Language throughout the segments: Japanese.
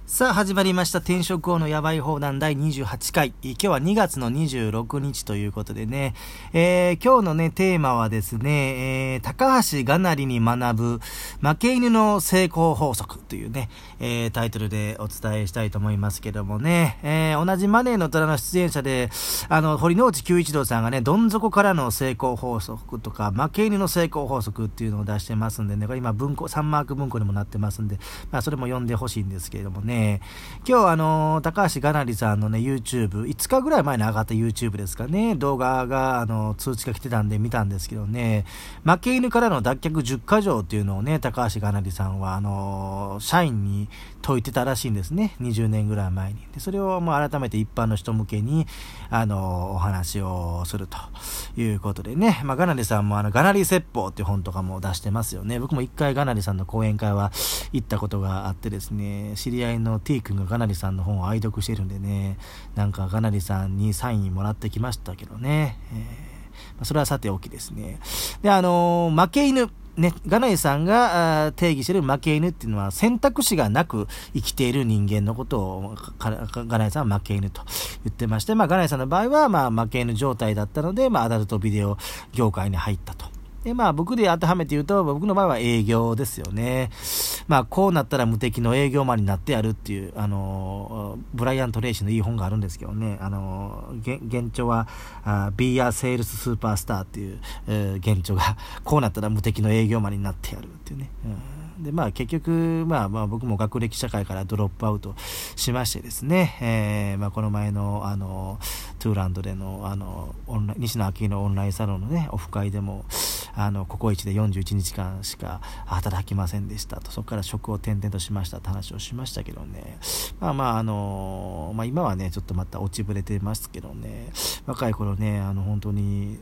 さあ始まりました転職王のやばい放談第28回。今日は2月の26日ということでね、今日のねテーマはですね、高橋がなりに学ぶ負け犬の成功法則というね、タイトルでお伝えしたいと思いますけどもね、同じマネーの虎の出演者で堀之内久一郎さんがね、どん底からの成功法則とか負け犬の成功法則っていうのを出してますんでね、これ今サンマーク文庫にもなってますんで、それも読んでほしいんですけれどもね、今日高橋がなりさんのね YouTube、 5日ぐらい前に上がった YouTube ですかね、動画が通知が来てたんで見たんですけどね、負け犬からの脱却10か条っていうのをね、高橋がなりさんは社員に説いてたらしいんですね、20年ぐらい前に。でそれを改めて一般の人向けにお話をするということでね、がなりさんもがなり説法っていう本とかも出してますよね。僕も一回がなりさんの講演会は行ったことがあってですね、知り合いの T 君ががなりさんの本を愛読しているんでね、なんかがなりさんにサインもらってきましたけどね、それはさておきですね。で負け犬ね、がなりさんが定義している負け犬っていうのは、選択肢がなく生きている人間のことをがなりさんは負け犬と言ってまして、がなりさんの場合は負け犬状態だったので、アダルトビデオ業界に入ったと。で僕で当てはめて言うと、僕の場合は営業ですよね。こうなったら無敵の営業マンになってやるっていうブライアン・トレイシーのいい本があるんですけどね、現状はBe a Sales Superstar っていう、現状がこうなったら無敵の営業マンになってやるっていうね、で結局僕も学歴社会からドロップアウトしましてですね、この前のトゥーランドでの西野昭のオンラインサロンのねオフ会でもココイチで41日間しか働きませんでしたと、そこから職を転々としましたって話をしましたけどね、今はねちょっとまた落ちぶれてますけどね、若い頃ね本当に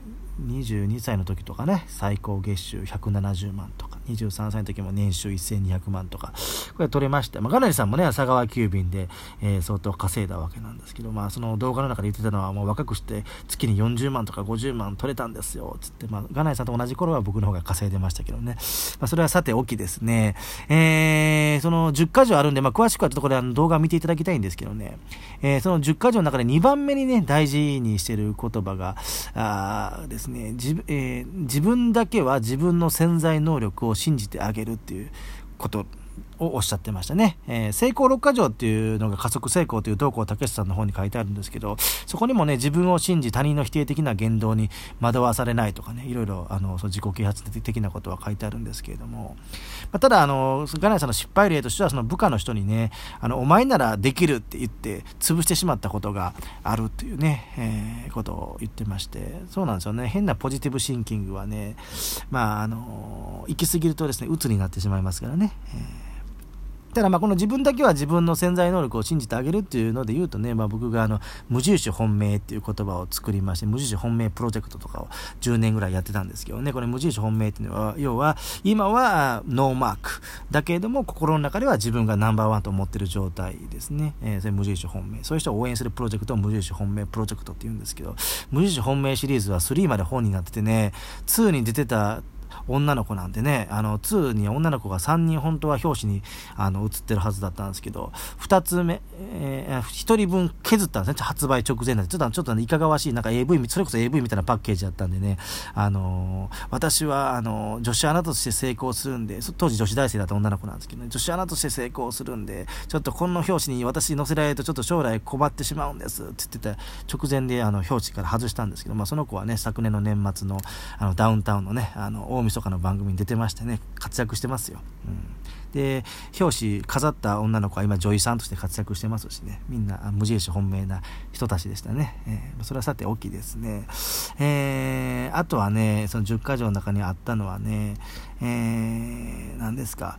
22歳の時とかね、最高月収170万とか、23歳の時も年収1200万とか、これ取れまして、がなりさんもね佐川急便で、相当稼いだわけなんですけど、その動画の中で言ってたのは、もう若くして月に40万とか50万取れたんですよつって、がなりさんと同じ頃は僕の方が稼いでましたけどね、それはさておきですね、その10か条あるんで、詳しくはちょっとこれ動画を見ていただきたいんですけどね、その10か条の中で2番目にね大事にしている言葉がですね、自分だけは自分の潜在能力を信じてあげるっていうことをおっしゃってましたね。成功6か条っていうのが加速成功という東光武さんの本に書いてあるんですけど、そこにもね、自分を信じ他人の否定的な言動に惑わされないとかね、いろいろその自己啓発的なことは書いてあるんですけれども、ただがなりさんの失敗例としては、その部下の人にね、お前ならできるって言って潰してしまったことがあるというね、ことを言ってまして、そうなんですよね。変なポジティブシンキングはね、行き過ぎるとですね、鬱になってしまいますからね。ただこの自分だけは自分の潜在能力を信じてあげるっていうので言うとね、僕が無印本命っていう言葉を作りまして、無印本命プロジェクトとかを10年ぐらいやってたんですけどね、これ無印本命っていうのは、要は今はノーマークだけれども心の中では自分がナンバーワンと思ってる状態ですね。それ無印本命、そういう人を応援するプロジェクトを無印本命プロジェクトって言うんですけど、無印本命シリーズは3まで本になっててね、2に出てた女の子なんてね、2に女の子が3人本当は表紙に写ってるはずだったんですけど、2つ目、1人分削ったんですね、発売直前なんで、ちょっといかがわしい、AV、それこそ AV みたいなパッケージだったんでね、私は女子アナとして成功するんで、当時女子大生だった女の子なんですけどね、女子アナとして成功するんで、ちょっとこの表紙に私載せられるとちょっと将来困ってしまうんですって言ってた直前で表紙から外したんですけど、その子はね、昨年の年末のダウンタウンのね、大晦日の番組に出てましてね、活躍してますよ。で表紙飾った女の子は今女優さんとして活躍してますしね、みんな無印本命な人たちでしたね。それはさておきですね。あとはね、その10か条の中にあったのはね、何ですか、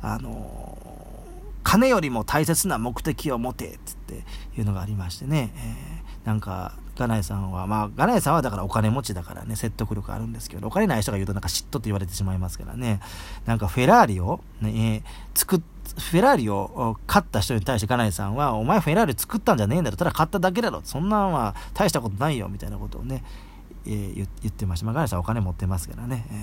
金よりも大切な目的を持てっていうのがありましてね、がなりさんはがなりさんはだからお金持ちだからね、説得力あるんですけど、お金ない人が言うと嫉妬って言われてしまいますからね、フェラーリをね、フェラーリを買った人に対してがなりさんは、お前フェラーリ作ったんじゃねえんだろ、ただ買っただけだろ、そんなんは大したことないよみたいなことをね、言ってました。がなりさんはお金持ってますからね、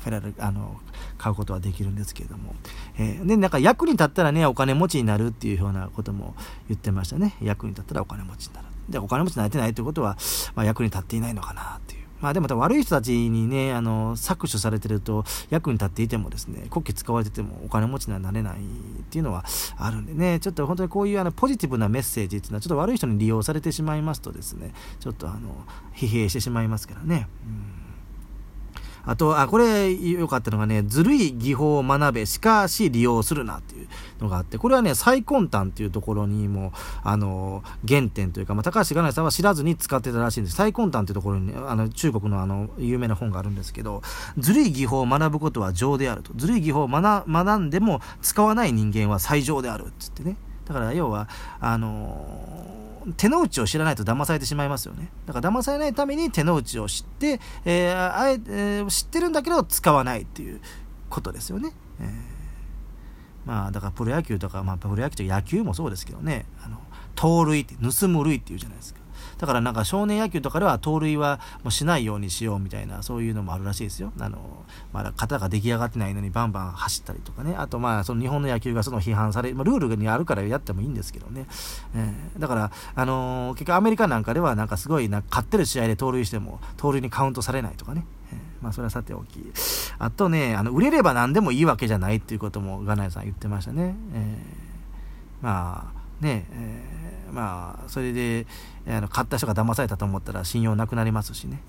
フェラーリ買うことはできるんですけれども、でなんか役に立ったらねお金持ちになるっていうようなことも言ってましたね。役に立ったらお金持ちになる。でお金持ちになれてないということは、役に立っていないのかなっていう。でも悪い人たちにね搾取されてると役に立っていてもですね、国旗使われててもお金持ちにはなれないっていうのはあるんでね、ちょっと本当にこういうポジティブなメッセージっていうのはちょっと悪い人に利用されてしまいますとですね、ちょっと疲弊してしまいますからね。あとこれ良かったのがね、ずるい技法を学べしかし利用するなっていうのがあって、これはね最根端っていうところにも原点というか、高橋がないさんは知らずに使ってたらしいんです。最根端っていうところに、ね、中国の有名な本があるんですけど、ずるい技法を学ぶことは情であると。ずるい技法を学んでも使わない人間は最情であるっつってね。だから要は手の内を知らないと騙されてしまいますよね。だから騙されないために手の内を知って、知ってるんだけど使わないっていうことですよね。だからプロ野球とか、プロ野球とか野球もそうですけどね、盗塁って盗む塁っていうじゃないですか。だからなんか少年野球とかでは盗塁はもうしないようにしようみたいな、そういうのもあるらしいですよ。まだ型が出来上がってないのにバンバン走ったりとかね。あとその日本の野球がその批判され、ルールにあるからやってもいいんですけどね。だから結局アメリカなんかではなんかすごい勝ってる試合で盗塁しても盗塁にカウントされないとかね。それはさておき、あとね売れれば何でもいいわけじゃないっていうこともガナイさん言ってましたね。それで買った人が騙されたと思ったら信用なくなりますしね。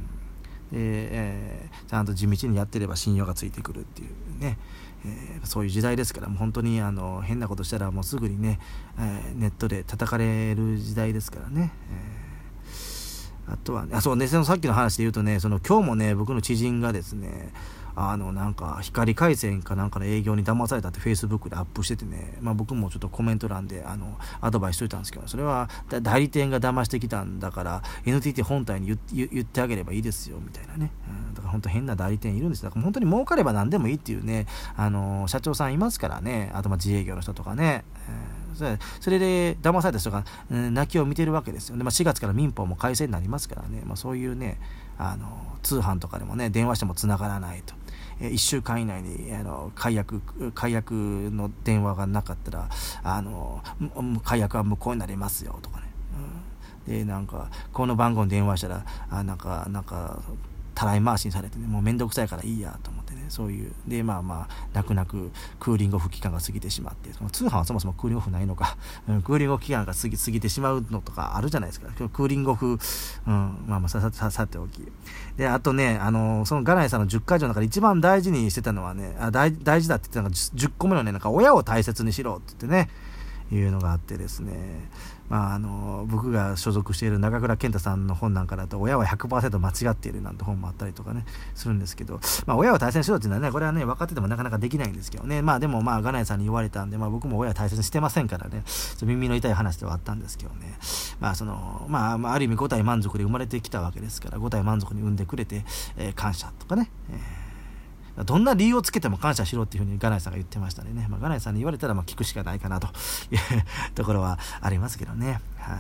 ちゃんと地道にやってれば信用がついてくるっていうね、そういう時代ですから、もう本当に変なことしたらもうすぐにね、ネットで叩かれる時代ですからね。あとはね、さっきの話で言うとね、今日もね僕の知人がですねなんか光回線かなんかの営業に騙されたってフェイスブックでアップしててね、僕もちょっとコメント欄でアドバイスしといたんですけど、それは代理店が騙してきたんだから NTT 本体に言ってあげればいいですよみたいなね。だから本当変な代理店いるんです。だから本当に儲かれば何でもいいっていうね社長さんいますからね。あと自営業の人とかね。それで騙された人が、泣きを見てるわけですよね。4月から民法も改正になりますからね。そういうね通販とかでもね電話しても繋がらないと。1週間以内に解約の電話がなかったら解約は無効になりますよとかね。でなんかこの番号に電話したらなんかたらい回しにされてね、もうめんどくさいからいいやと思ってね、そういうで泣く泣くクーリングオフ期間が過ぎてしまって、通販はそもそもクーリングオフないのか、クーリングオフ期間が過ぎてしまうのとかあるじゃないですか。クーリングオフ、さておきで、あとねそのガナイさんの10回以上の中で一番大事にしてたのはね、大事だって言ってたのが 10個目のね、なんか親を大切にしろって言ってねいうのがあってですね、僕が所属している中倉健太さんの本なんかだと親は 100% 間違っているなんて本もあったりとかねするんですけど、親を大切にしろっていうのはね、これはね分かっててもなかなかできないんですけどね。でもガナイさんに言われたんで、僕も親を大切にしてませんからね、耳の痛い話ではあったんですけどね。ある意味5体満足で生まれてきたわけですから、5体満足に産んでくれて、感謝とかね、どんな理由をつけても感謝しろっていうふうにガナイさんが言ってましたんでね、ガナイさんに言われたら聞くしかないかなというところはありますけどね。はい。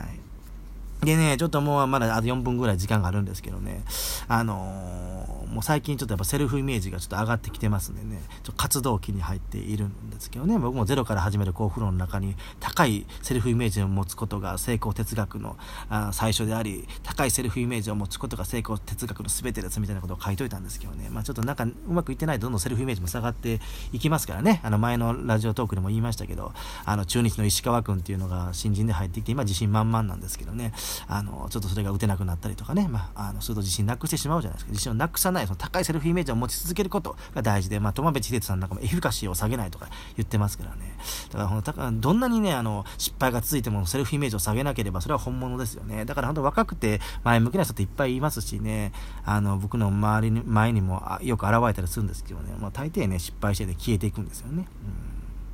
でね、ちょっともうまだあと4分ぐらい時間があるんですけどね、もう最近ちょっとやっぱセルフイメージがちょっと上がってきてますんでね、ちょっと活動期に入っているんですけどね、僕もゼロから始める幸福論の中に高いセルフイメージを持つことが成功哲学の最初であり、高いセルフイメージを持つことが成功哲学の全てですみたいなことを書いといたんですけどね、ちょっとなんかうまくいってないとどんどんセルフイメージも下がっていきますからね。前のラジオトークでも言いましたけど、中日の石川君っていうのが新人で入ってきて今自信満々なんですけどね、ちょっとそれが打てなくなったりとかね、すると自信なくしてしまうじゃないですか。自信をなくさない、その高いセルフイメージを持ち続けることが大事で、友部知哲さんなんかもエフィカシーを下げないとか言ってますからね。だからどんなにね失敗が続いてもセルフイメージを下げなければそれは本物ですよね。だから本当若くて前向きな人っていっぱいいますしね、僕の前にもよく現れたりするんですけどね、大抵ね失敗して消えていくんですよね。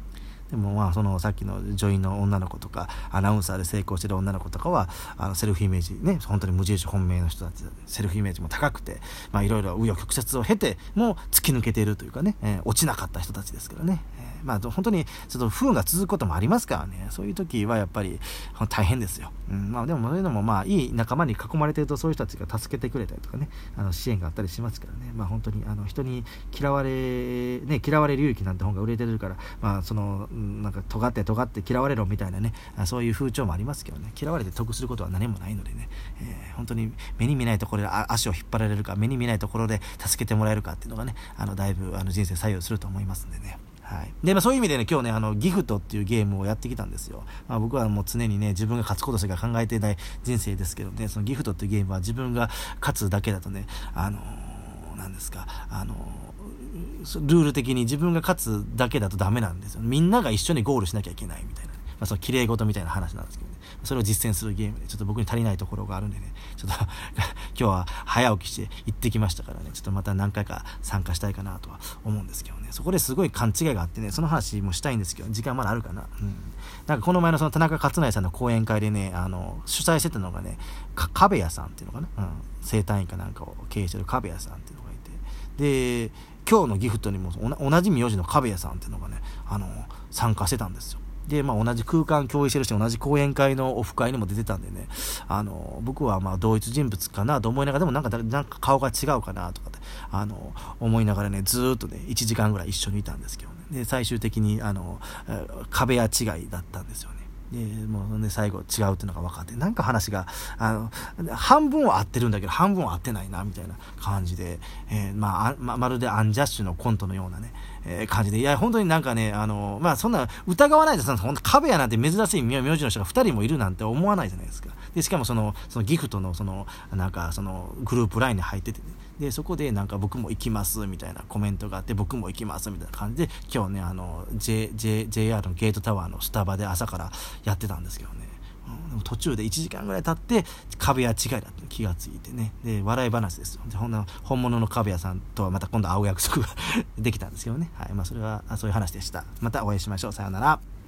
でもまあそのさっきの女優の女の子とかアナウンサーで成功してる女の子とかはセルフイメージね、本当に無印本命の人たちでセルフイメージも高くて、まあいろいろ紆余曲折を経てもう突き抜けているというかね、落ちなかった人たちですけどね、まあ本当にちょっと不運が続くこともありますからね、そういう時はやっぱり大変ですよ。まあでもそういうのもまあいい仲間に囲まれているとそういう人たちが助けてくれたりとかね、支援があったりしますからね、まあ本当に人に嫌われる勇気なんて本が売れてるから、まあそのなんか尖って嫌われろみたいなね、そういう風潮もありますけどね、嫌われて得することは何もないのでね、本当に目に見ないところで足を引っ張られるか、目に見ないところで助けてもらえるかっていうのがね、だいぶ人生左右すると思いますんでね。はい。で、まあそういう意味でね、今日ね、ギフトっていうゲームをやってきたんですよ。まあ僕はもう常にね、自分が勝つことしか考えていない人生ですけどね、そのギフトっていうゲームは自分が勝つだけだとね、なんですか、ルール的に自分が勝つだけだとダメなんですよ。みんなが一緒にゴールしなきゃいけないみたいな。まあその綺麗事みたいな話なんですけどね。それを実践するゲームで、ちょっと僕に足りないところがあるんでね、ちょっと今日は早起きして行ってきましたからね、ちょっとまた何回か参加したいかなとは思うんですけどね。そこですごい勘違いがあってね、その話もしたいんですけど、時間まだあるかな。なんかこの前のその田中勝成さんの講演会でね、主催してたのがね、壁屋さんっていうのかな、生誕院かなんかを経営してる壁屋さんっていうのがいて、で、今日のギフトにも同じ名字の壁屋さんっていうのがね、参加してたんですよ。で、まあ同じ空間共有してるし、同じ講演会のオフ会にも出てたんでね、僕はまあ同一人物かなと思いながら、でもなんか顔が違うかなとかって、思いながらね、ずーっとね、1時間ぐらい一緒にいたんですけどね。で、最終的に、壁屋違いだったんですよね。で、もうね、最後違うっていうのが分かって、なんか話が、半分は合ってるんだけど、半分は合ってないな、みたいな感じで、まるでアンジャッシュのコントのようなね、感じで、いや、本当になんかね、まあ、そんな疑わないです。本当壁屋なんて珍しい名字の人が2人もいるなんて思わないじゃないですか。で、しかもそのギフトのなんかグループラインに入っててね、で、そこでなんか僕も行きますみたいなコメントがあって、僕も行きますみたいな感じで、今日ね、JR のゲートタワーのスタバで朝からやってたんですけどね。でも途中で1時間ぐらい経って壁屋違いだって気がついてね、で笑い話ですよ。で本物の壁屋さんとはまた今度会う約束ができたんですけどね。はい、まあそれはそういう話でした。またお会いしましょう。さようなら。